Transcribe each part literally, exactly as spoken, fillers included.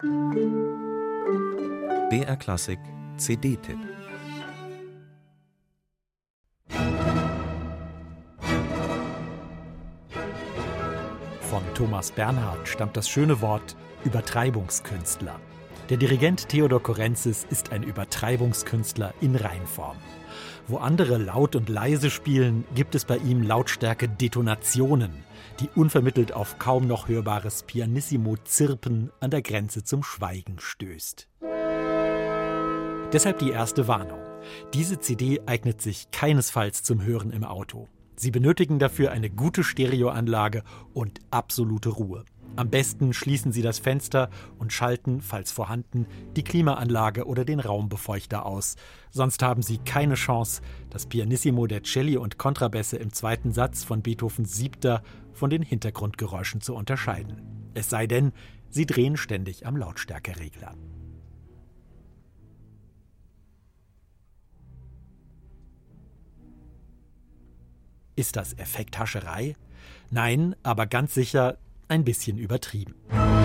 B R Klassik C D-Tipp. Von Thomas Bernhard stammt das schöne Wort Übertreibungskünstler. Der Dirigent Theodor Korentzis ist ein Übertreibungskünstler in Reinform. Wo andere laut und leise spielen, gibt es bei ihm Lautstärke-Detonationen, die unvermittelt auf kaum noch hörbares Pianissimo-Zirpen an der Grenze zum Schweigen stößt. Deshalb die erste Warnung. Diese C D eignet sich keinesfalls zum Hören im Auto. Sie benötigen dafür eine gute Stereoanlage und absolute Ruhe. Am besten schließen Sie das Fenster und schalten, falls vorhanden, die Klimaanlage oder den Raumbefeuchter aus. Sonst haben Sie keine Chance, das Pianissimo der Celli und Kontrabässe im zweiten Satz von Beethovens Siebter von den Hintergrundgeräuschen zu unterscheiden. Es sei denn, Sie drehen ständig am Lautstärkeregler. Ist das Effekthascherei? Nein, aber ganz sicher ein bisschen übertrieben.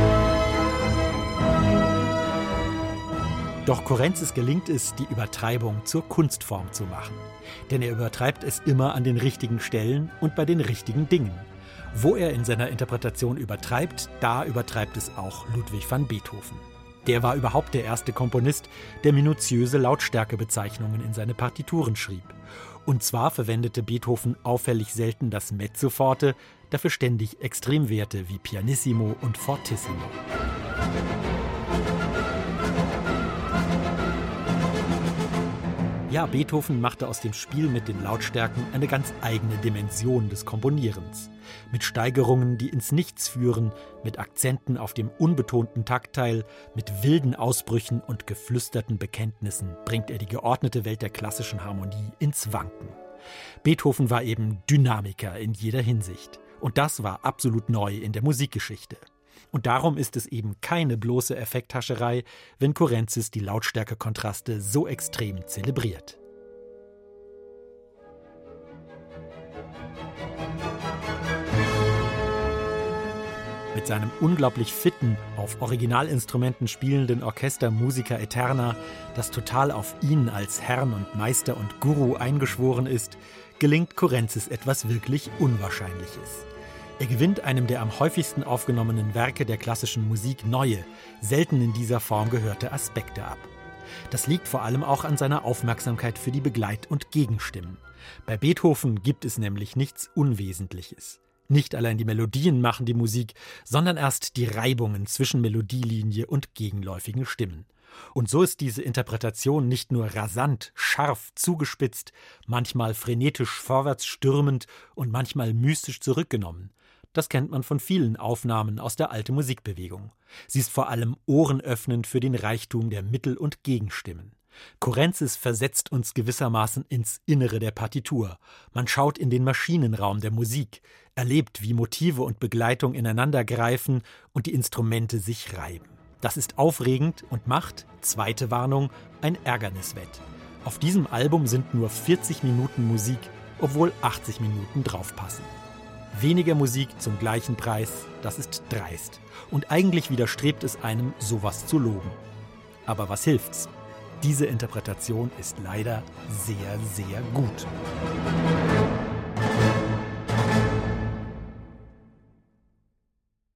Doch Korentzis gelingt es, die Übertreibung zur Kunstform zu machen. Denn er übertreibt es immer an den richtigen Stellen und bei den richtigen Dingen. Wo er in seiner Interpretation übertreibt, da übertreibt es auch Ludwig van Beethoven. Der war überhaupt der erste Komponist, der minutiöse Lautstärkebezeichnungen in seine Partituren schrieb. Und zwar verwendete Beethoven auffällig selten das Mezzo forte, dafür ständig Extremwerte wie Pianissimo und Fortissimo. Ja, Beethoven machte aus dem Spiel mit den Lautstärken eine ganz eigene Dimension des Komponierens. Mit Steigerungen, die ins Nichts führen, mit Akzenten auf dem unbetonten Taktteil, mit wilden Ausbrüchen und geflüsterten Bekenntnissen bringt er die geordnete Welt der klassischen Harmonie ins Wanken. Beethoven war eben Dynamiker in jeder Hinsicht. Und das war absolut neu in der Musikgeschichte. Und darum ist es eben keine bloße Effekthascherei, wenn Korentzis die Lautstärkekontraste so extrem zelebriert. Mit seinem unglaublich fitten, auf Originalinstrumenten spielenden Orchester Musica Eterna, das total auf ihn als Herrn und Meister und Guru eingeschworen ist, gelingt Korentzis etwas wirklich Unwahrscheinliches. Er gewinnt einem der am häufigsten aufgenommenen Werke der klassischen Musik neue, selten in dieser Form gehörte Aspekte ab. Das liegt vor allem auch an seiner Aufmerksamkeit für die Begleit- und Gegenstimmen. Bei Beethoven gibt es nämlich nichts Unwesentliches. Nicht allein die Melodien machen die Musik, sondern erst die Reibungen zwischen Melodielinie und gegenläufigen Stimmen. Und so ist diese Interpretation nicht nur rasant, scharf, zugespitzt, manchmal frenetisch vorwärts stürmend und manchmal mystisch zurückgenommen. Das kennt man von vielen Aufnahmen aus der alten Musikbewegung. Sie ist vor allem ohrenöffnend für den Reichtum der Mittel- und Gegenstimmen. Korentzis versetzt uns gewissermaßen ins Innere der Partitur. Man schaut in den Maschinenraum der Musik, erlebt, wie Motive und Begleitung ineinander greifen und die Instrumente sich reiben. Das ist aufregend und macht, zweite Warnung, ein Ärgerniswett. Auf diesem Album sind nur vierzig Minuten Musik, obwohl achtzig Minuten draufpassen. Weniger Musik zum gleichen Preis, das ist dreist. Und eigentlich widerstrebt es einem, sowas zu loben. Aber was hilft's? Diese Interpretation ist leider sehr, sehr gut.